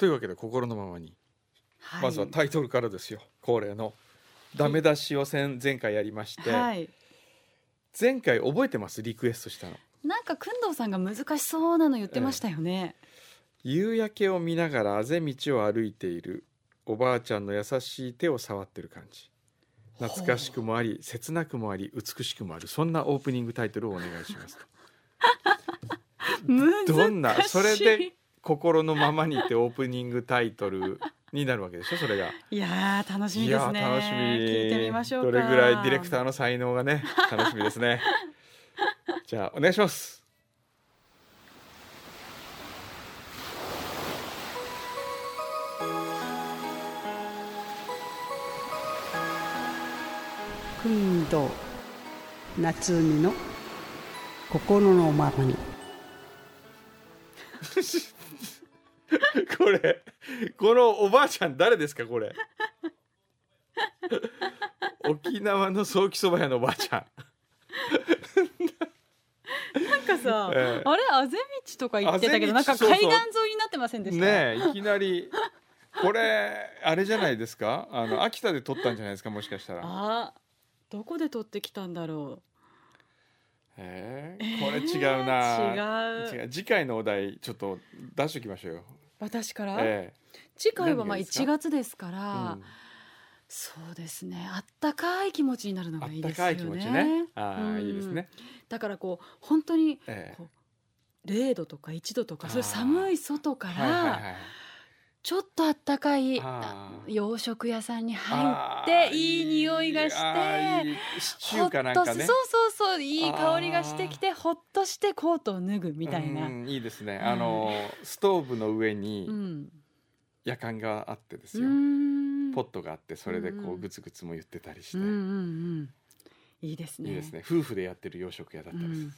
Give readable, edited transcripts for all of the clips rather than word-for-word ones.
というわけで心のままに、 はい、 まずはタイトルからですよ。恒例のダメ出しを前回やりまして、 はい、 前回覚えてます？リクエストしたのなんか工藤さんが難しそうなの言ってましたよね、 夕焼けを見ながらあぜ道を歩いているおばあちゃんの優しい手を触ってる感じ、懐かしくもあり切なくもあり美しくもある、そんなオープニングタイトルをお願いしますと難しい。 どんな、それで心のままにってオープニングタイトルになるわけでしょ。それがいや楽しみですね。 いや楽しみ、 聞いてみましょうか。 どれぐらいディレクターの才能がね楽しみですねじゃあお願いします。 工藤夏海の心のままにこのおばあちゃん誰ですかこれ沖縄のソーキそば屋のおばあちゃんなんかさ、あれあぜ道とか言ってたけど、なんかそう海岸沿いになってませんでした？ ねえ、いきなりこれあれじゃないですか、秋田で撮ったんじゃないですか、もしかしたら。 あ、どこで撮ってきたんだろう。 これ違うな、 違う。 次回のお題ちょっと出しておきましょうよ。 私から、次回はまあ何がいいですか 1月ですから、そうですね、あったかい気持ちになるのがいいですよね。 あったかい気持ちね、いいですね。 だからこう本当にこう0度とか1度とかそういう寒い外からちょっとあったかい洋食屋さんに入っていい匂いがしてシチューかなんかね、 そういい香りがしてきてほっとしてコートを脱ぐみたいな。 いいですね。ストーブの上にやかんがあってですよ、ポットがあって、それでこうグツグツも言ってたりして、 いいですね。 いいですね。夫婦でやってる洋食屋だったりです、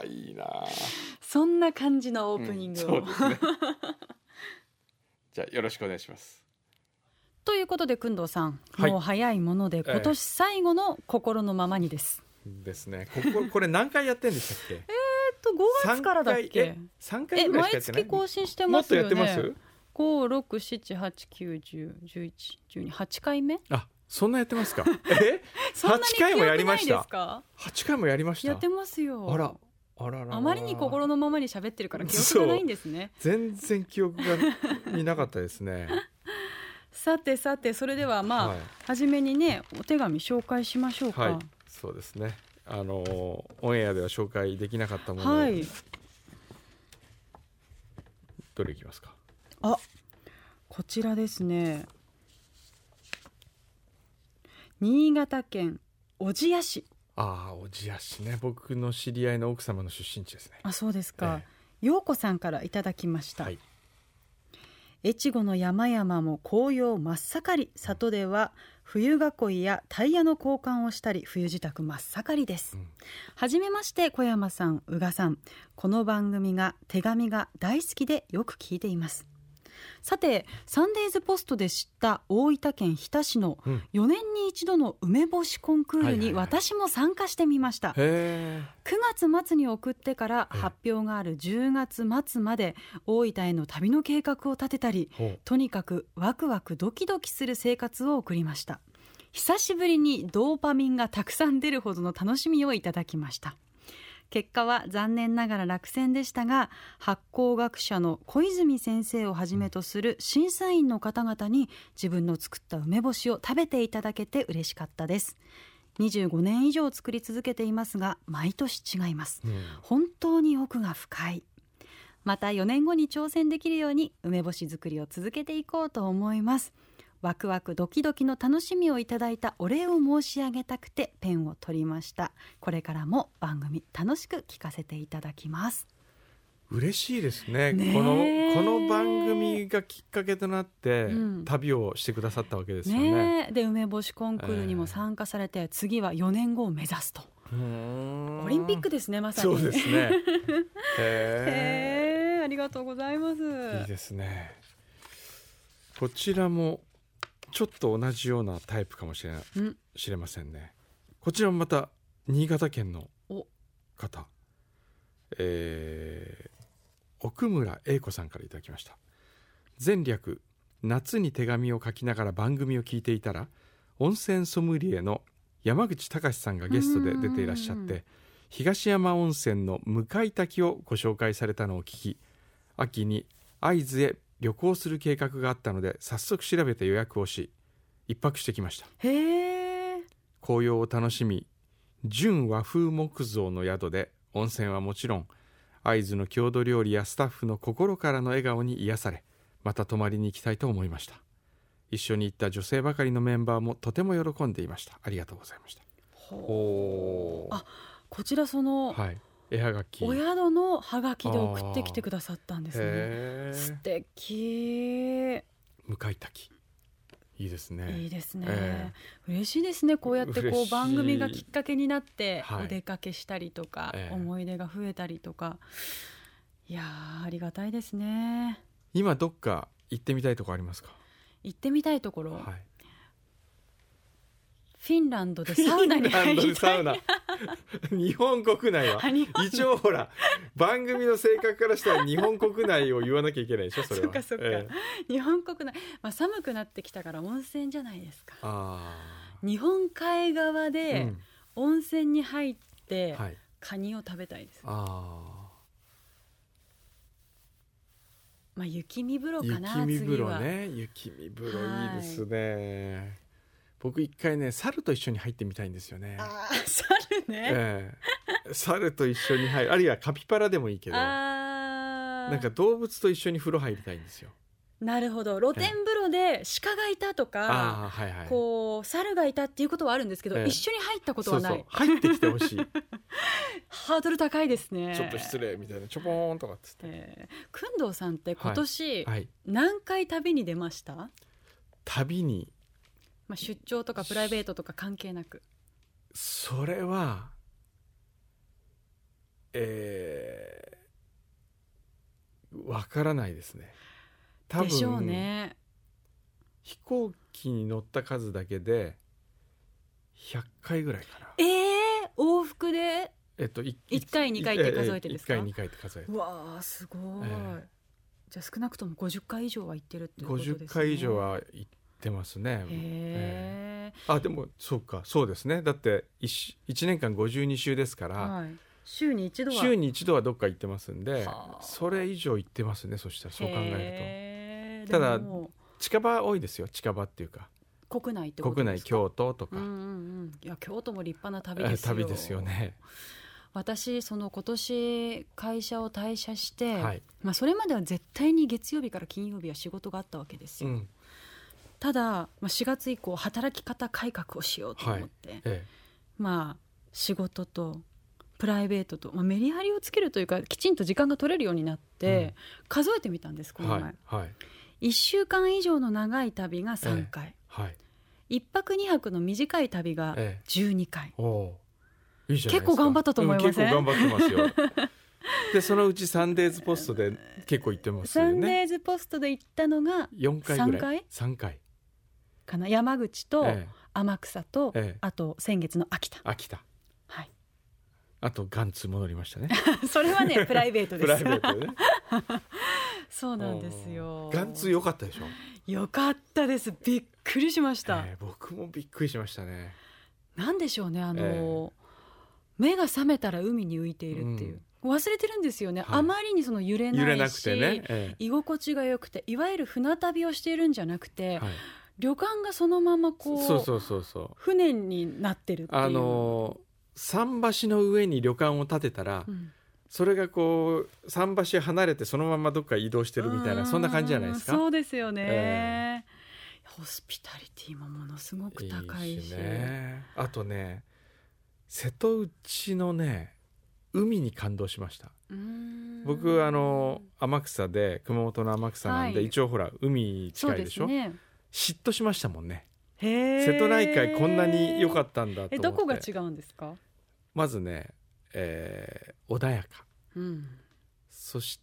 いいな。 そんな感じのオープニングを、 そうですねじゃあよろしくお願いします。 ということで工藤さん、もう早いもので今年最後の心のままにですですね。これ何回やってんでしたっけ 5月からだっけ。 3回ぐらいしかやってない。 毎月更新してますよね。 もっとやってます。 5、6、7、8、9、10、11、12、8回目。 あ、そんなやってますかそんなに 8回もやりました。 記憶ないですか 8回もやりました。 やってますよ。 あらあまりに心のままに喋ってるから記憶がないんですね。 全然記憶がになかったですねさてそれでは初めにねお手紙紹介しましょうか。 そうですね。オンエアでは紹介できなかったものを、どれいきますか。 こちらですね。新潟県小千谷市。 小千谷市ね、僕の知り合いの奥様の出身地ですね。 そうですか。陽子さんからいただきました。越後の山々も紅葉真っ盛り、里では冬囲いやタイヤの交換をしたり冬支度真っ盛りです、はじめまして。小山さん、宇賀さん、この番組が手紙が大好きでよく聞いています。さて、サンデーズポストで知った大分県日田市の4年に一度の梅干しコンクールに私も参加してみました。9月末に送ってから発表がある10月末まで大分への旅の計画を立てたり、とにかくワクワクドキドキする生活を送りました。久しぶりにドーパミンがたくさん出るほどの楽しみをいただきました。結果は残念ながら落選でしたが、発酵学者の小泉先生をはじめとする審査員の方々に自分の作った梅干しを食べていただけて嬉しかったです。25年以上作り続けていますが毎年違います、本当に奥が深い。また4年後に挑戦できるように梅干し作りを続けていこうと思います。ワクワクドキドキの楽しみをいただいたお礼を申し上げたくてペンを取りました。これからも番組楽しく聞かせていただきます。 嬉しいですね。この番組がきっかけとなって、旅をしてくださったわけですよね。 で梅干しコンクールにも参加されて、次は4年後を目指すと。オリンピックですね、まさに。 そうですねありがとうございます。 いいですね。こちらもちょっと同じようなタイプかもしれませんね。こちらもまた新潟県の方、奥村英子さんからいただきました。 前略夏に手紙を書きながら番組を聞いていたら、温泉ソムリエの山口隆さんがゲストで出ていらっしゃって、東山温泉の向滝をご紹介されたのを聞き、秋に会津へ旅行する計画があったので早速調べて予約をし、一泊してきました。 へー。 紅葉を楽しみ、純和風木造の宿で温泉はもちろん、会津の郷土料理やスタッフの心からの笑顔に癒され、また泊まりに行きたいと思いました。一緒に行った女性ばかりのメンバーもとても喜んでいました。ありがとうございました。 ほう。あ、こちらその、 はい、絵はがき、 お宿のハガキで送ってきてくださったんですね。素敵。 向滝、いいですね。 いいですね、嬉しいですね。こうやってこう番組がきっかけになってお出かけしたりとか、思い出が増えたりとか、いやー、ありがたいですね。 今どっか行ってみたいところありますか？ 行ってみたいところ、 はい、 フィンランドでサウナに入りたい。 日本国内は一応ほら番組の性格からしたら日本国内を言わなきゃいけないでしょ、それは。 そっか、日本国内、寒くなってきたから温泉じゃないですか。日本海側で温泉に入って、カニを食べたいです。雪見風呂かな。 雪見風呂ね。雪見風呂いいですね。僕一回ね、猿と一緒に入ってみたいんですよね。 猿ね、 猿と一緒に入る、あるいはカピバラでもいいけど、なんか動物と一緒に風呂入りたいんですよ。 なるほど。露天風呂で鹿がいたとか、こう猿がいたっていうことはあるんですけど、一緒に入ったことはない。 そう入ってきてほしい。 ハードル高いですね。 ちょっと失礼みたいな、ちょぽーんとかっつって。 工藤さんって今年、何回旅に出ました？ 旅に、 出張とかプライベートとか関係なく。 それはわからないですね。多分でしょうね。 飛行機に乗った数だけで100回ぐらいかな。 往復で1回2回って数えてですか？ 1回2回って数えて。 うわー、すごい、じゃあ少なくとも50回以上は行ってるっていうことですね。 50回以上は行ってますね。でもそうですね。だって 1年間52週ですから、 週に一度はどっか行ってますんで、それ以上行ってますね。そしたらそう考えると。ただ近場多いですよ。近場っていうか国内ってことですか？ 国内、京都とか。 いや、京都も立派な旅ですよ。 旅ですよね。 私今年会社を退社して、それまでは絶対に月曜日から金曜日は仕事があったわけですよ。ただ、4月以降働き方改革をしようと思って、仕事とプライベートと、メリハリをつけるというか、きちんと時間が取れるようになって、数えてみたんです。この前、1週間以上の長い旅が3回、1泊2泊の短い旅が12回、 いいじゃないですか。 結構頑張ったと思いません？ 結構頑張ってますよ。でそのうちサンデーズポストで結構行ってますよね。 サンデーズポストで行ったのが 4回ぐらい、3回かな。山口と天草と、あと先月の秋田、 あとガンツ戻りましたね。 それはねプライベートです。 プライベートね。 そうなんですよ。 ガンツ良かったでしょ？ 良かったです。びっくりしました。 僕もびっくりしましたね。 なんでしょうね、目が覚めたら海に浮いているっていう、忘れてるんですよね。あまりにその揺れないし、居心地が良くて、いわゆる船旅をしているんじゃなくて、旅館がそのままこう船になってるっていう。 桟橋の上に旅館を建てたら、それがこう桟橋離れてそのままどっか移動してるみたいな、そんな感じじゃないですか。 そうですよね。ホスピタリティもものすごく高いし、 あとね、瀬戸内のね海に感動しました。僕天草で、熊本の天草なんで、一応ほら海近いでしょ。嫉妬しましたもんね。瀬戸内海こんなに良かったんだと思って。 どこが違うんですか？ まずね、穏やか、そして、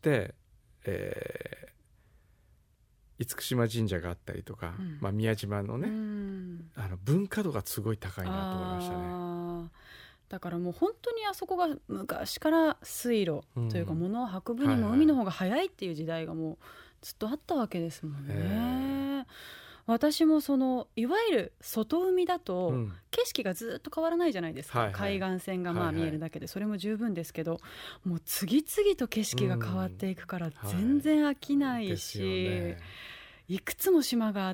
厳島神社があったりとか、宮島のね、文化度がすごい高いなと思いましたね。 だからもう本当にあそこが昔から水路というか、物を運ぶにも海の方が早いっていう時代がもうずっとあったわけですもんね。私もいわゆる外海だと景色がずっと変わらないじゃないですか、海岸線が見えるだけでそれも十分ですけど、もう次々と景色が変わっていくから全然飽きないし、いくつも島があって、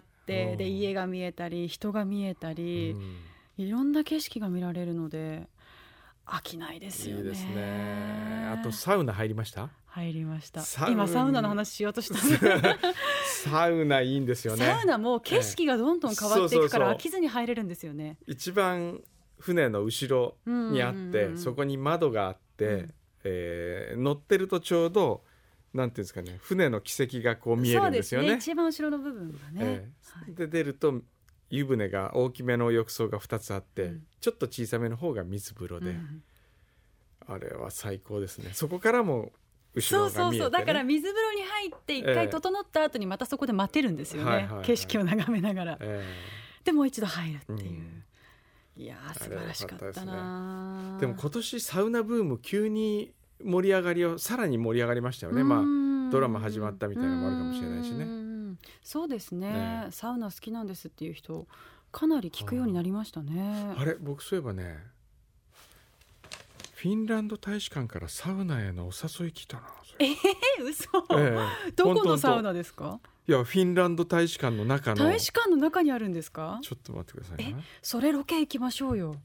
で家が見えたり人が見えたり、いろんな景色が見られるので飽きないですよね。 いいですね。あとサウナ入りました？ 入りました。今サウナの話しようとしたんですサウナいいんですよね。 サウナも景色がどんどん変わっていくから飽きずに入れるんですよね。 一番船の後ろにあって、そこに窓があって、乗ってるとちょうどなんていうんですかね、船の軌跡がこう見えるんですよね。 そうですね、一番後ろの部分がね、 で出ると湯船が大きめの浴槽が2つあって、ちょっと小さめの方が水風呂で、あれは最高ですね。そこからも後ろが見えて、ね、 だから水風呂に入って一回整った後にまたそこで待てるんですよね、景色を眺めながら、でもう一度入るっていう、いや素晴らしかったな。 でも今年サウナブーム急に盛り上がりをさらに盛り上がりましたよね。ドラマ始まったみたいなのもあるかもしれないしね。 そうですね、サウナ好きなんですっていう人かなり聞くようになりましたね。 あれ僕そういえばね、フィンランド大使館からサウナへのお誘い来たな。 嘘、どこのサウナですか？ いやフィンランド大使館の中の。 大使館の中にあるんですか？ ちょっと待ってくださいね。 それロケ行きましょうよ。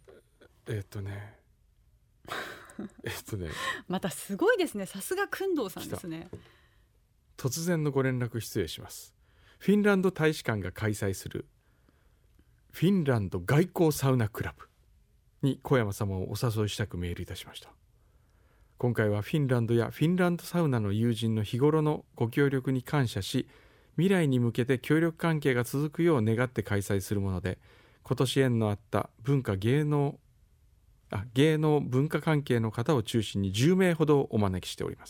またすごいですね。さすが工藤さんですね。 突然のご連絡失礼します。フィンランド大使館が開催するフィンランド外交サウナクラブに小山様をお誘いしたくメールいたしました。今回はフィンランドやフィンランドサウナの友人の日頃のご協力に感謝し、未来に向けて協力関係が続くよう願って開催するもので、今年縁のあった芸能文化関係の方を中心に10名ほどお招きしております。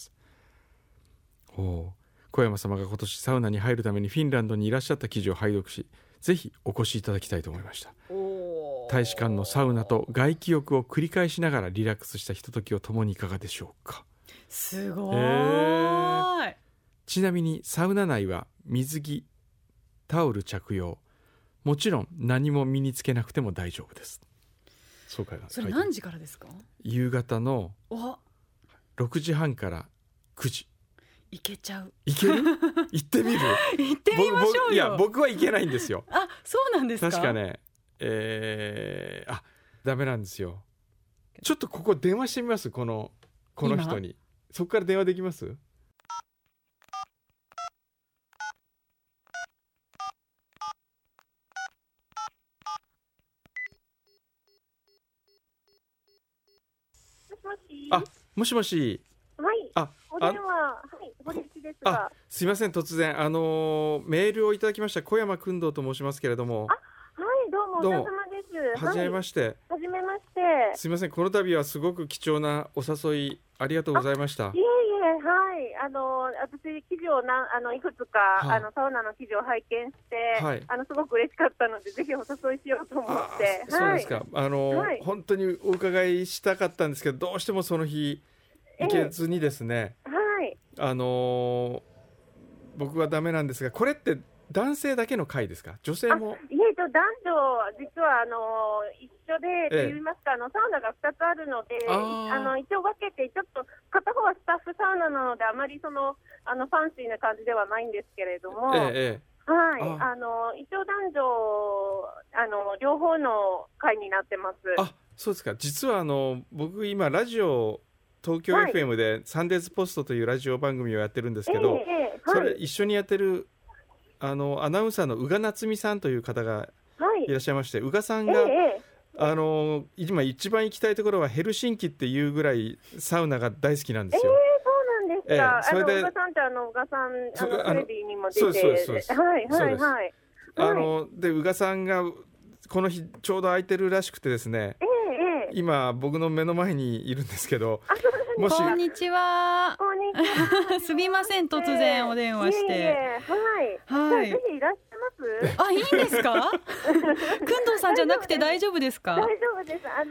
小山様が今年サウナに入るためにフィンランドにいらっしゃった記事を拝読し、ぜひお越しいただきたいと思いました。大使館のサウナと外気浴を繰り返しながらリラックスしたひとときを共にいかがでしょうか。 すごい、 ちなみにサウナ内は水着、タオル着用、もちろん何も身につけなくても大丈夫です。それ何時からですか？ 夕方の6時半から9時。 行けちゃう。 行ける？行ってみる？ 行ってみましょうよ。 いや僕は行けないんですよ。 そうなんですか？ 確かね、ダメなんですよ。ちょっとここ電話してみます。この人に。そこから電話できます？もしもし。 はい。お電話、堀内ですが。 すいません、突然メールをいただきました小山工藤と申しますけれども。 どうもお疲れ様です。 はじめまして。 はじめまして。 すいません、この度はすごく貴重なお誘いありがとうございました。 いえいえ、私記事をいくつか、サウナの記事を拝見して、すごく嬉しかったのでぜひお誘いしようと思って。 そうですか。本当にお伺いしたかったんですけど、どうしてもその日行けずにですね、僕はダメなんですが、これって男性だけの会ですか？女性も？ 男女実は一緒でといいますか、サウナが2つあるので、一応分けて、ちょっと片方はスタッフサウナなのであまりファンシーな感じではないんですけれども、一応男女両方の会になってます。 そうですか。実は僕今ラジオ東京 FM でサンデーズポストというラジオ番組をやってるんですけど、それ一緒にやってるアナウンサーの宇賀夏美さんという方がいらっしゃいまして、宇賀さんが、今一番行きたいところはヘルシンキっていうぐらいサウナが大好きなんですよ。 そうなんですか。 それで宇賀さんって宇賀さんテレビにも出て、 で宇賀さんがこの日ちょうど空いてるらしくてですね、今僕の目の前にいるんですけど、 こんにちは。すみません、突然お電話して。 ぜひいらっしゃいまます？ いいんですか？くんどうさんじゃなくて大丈夫ですか？ 大丈夫です。今、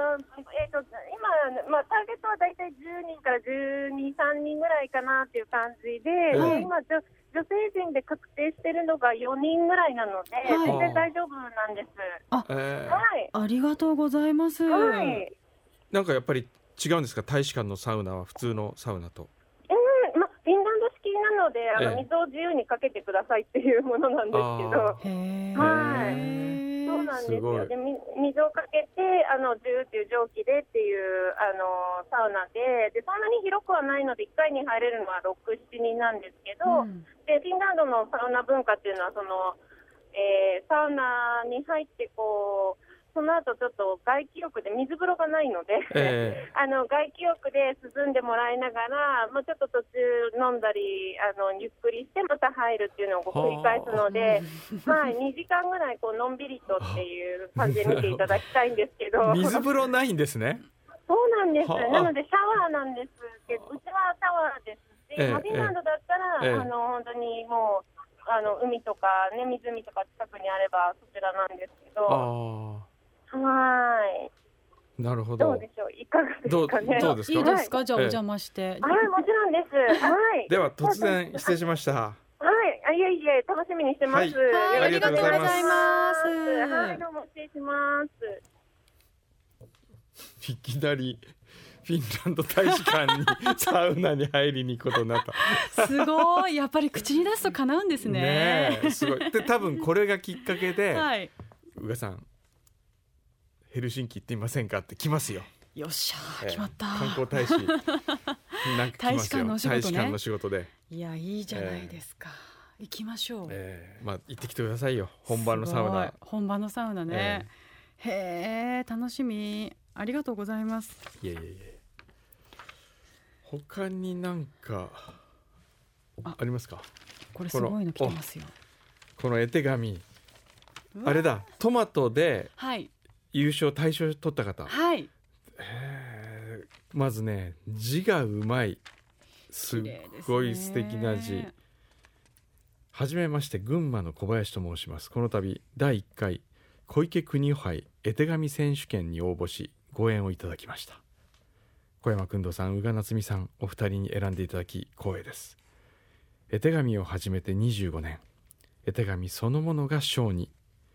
ターゲットはだいたい10人から12、3人ぐらいかなっていう感じで、今女性陣で確定してるのが4人ぐらいなので、全然大丈夫なんです。 ありがとうございます。 なんかやっぱり違うんですか？大使館のサウナは普通のサウナと。 フィンランド式なので水を自由にかけてくださいっていうものなんですけど、そうなんですよ。で水をかけてジューっていう蒸気でっていうサウナでそんなに広くはないので1回に入れるのは 6,7 人なんですけど、でフィンランドのサウナ文化っていうのはサウナに入ってその後ちょっと外気浴で水風呂がないので、外気浴で涼んでもらいながら、ちょっと途中飲んだりゆっくりしてまた入るっていうのを繰り返すので、2時間ぐらいのんびりとっていう感じで見ていただきたいんですけど水風呂ないんですね。 そうなんです。なのでシャワーなんですけど、うちはシャワーですし、フィンランドだったら、本当にもう海とか、ね、湖とか近くにあればそちらなんですけど。 なるほど。 どうでしょう、いかがですかね。 どうですか？いいですか？じゃあお邪魔して。 もちろんです。 では突然失礼しました。 いえ楽しみにしてます。 ありがとうございます。 どうも失礼します。 いきなりフィンランド大使館にサウナに入りに行くことになった。 すごい、やっぱり口に出すと叶うんですね。 すごい。で多分これがきっかけで、宇賀さんヘルシンキ行ってみませんかって来ますよ。 よっしゃ、決まった。 観光大使なんか来ますよ。大使館の仕事で。 いや、いいじゃないですか。行きましょう。 行ってきてくださいよ。本場のサウナ。 本場のサウナね。へえ、楽しみ。ありがとうございます。 いえ。他になんかありますか？ これすごいの来てますよ。 この絵手紙。あれだ、トマトで優勝大賞取った方。まずね、字がうまい。すっごい素敵な字。はじめまして、群馬の小林と申します。この度第1回小池国夫杯絵手紙選手権に応募しご縁をいただきました。小山君堂さん、宇賀夏美さん、お二人に選んでいただき光栄です。絵手紙を始めて25年、絵手紙そのものが賞に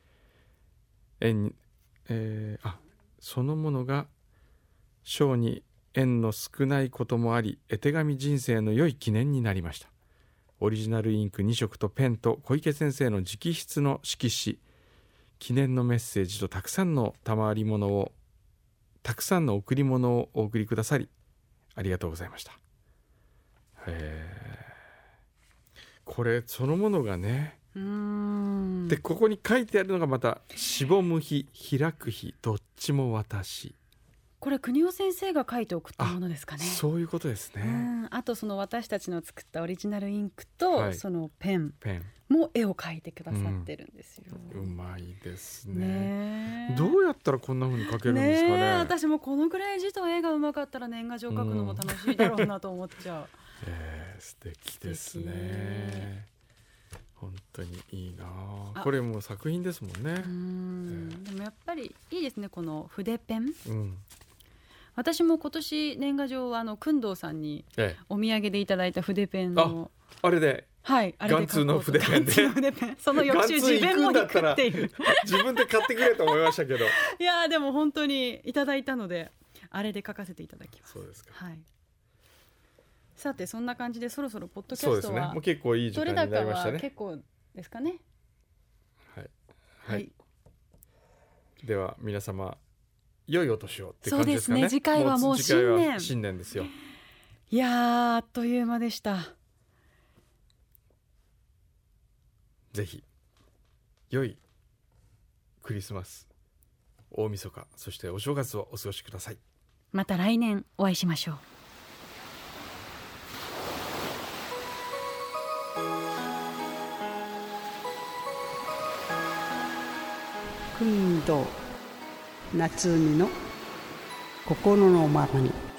そのものが賞に縁の少ないこともあり、絵手紙人生の良い記念になりました。オリジナルインク2色とペンと小池先生の直筆の色紙、記念のメッセージとたくさんの贈り物をお送りくださりありがとうございました。これそのものがね、でここに書いてあるのがまたしぼむ日開く日どっちも私。 これ国尾先生が書いて送ったものですかね。 そういうことですね。 あとその私たちの作ったオリジナルインクと、そのペンも絵を描いてくださってるんですよ。 うまいですね。どうやったらこんな風に描けるんですかね。 私もこのぐらい字と絵がうまかったら年賀状描くのも楽しいだろうなと思っちゃう。 素敵ですね。本当にいいな。これもう作品ですもんね。 でもやっぱりいいですね、この筆ペン。私も今年年賀状は工藤さんにお土産でいただいた筆ペンの、 あれで眼痛の筆ペンでその翌週自分も行くっていう自分で買ってくれと思いましたけどいやでも本当にいただいたのであれで書かせていただきます。 そうですか。 さてそんな感じでそろそろポッドキャストはそうですね、もう結構いい時間になりましたね。 どれだかは結構ですかね。 では皆様良いお年をって感じですかね。 そうですね、次回はもう新年ですよ。 いやあっという間でした。 ぜひ良いクリスマス、大晦日、そしてお正月をお過ごしください。 また来年お会いしましょう。 君堂夏海の心のままに。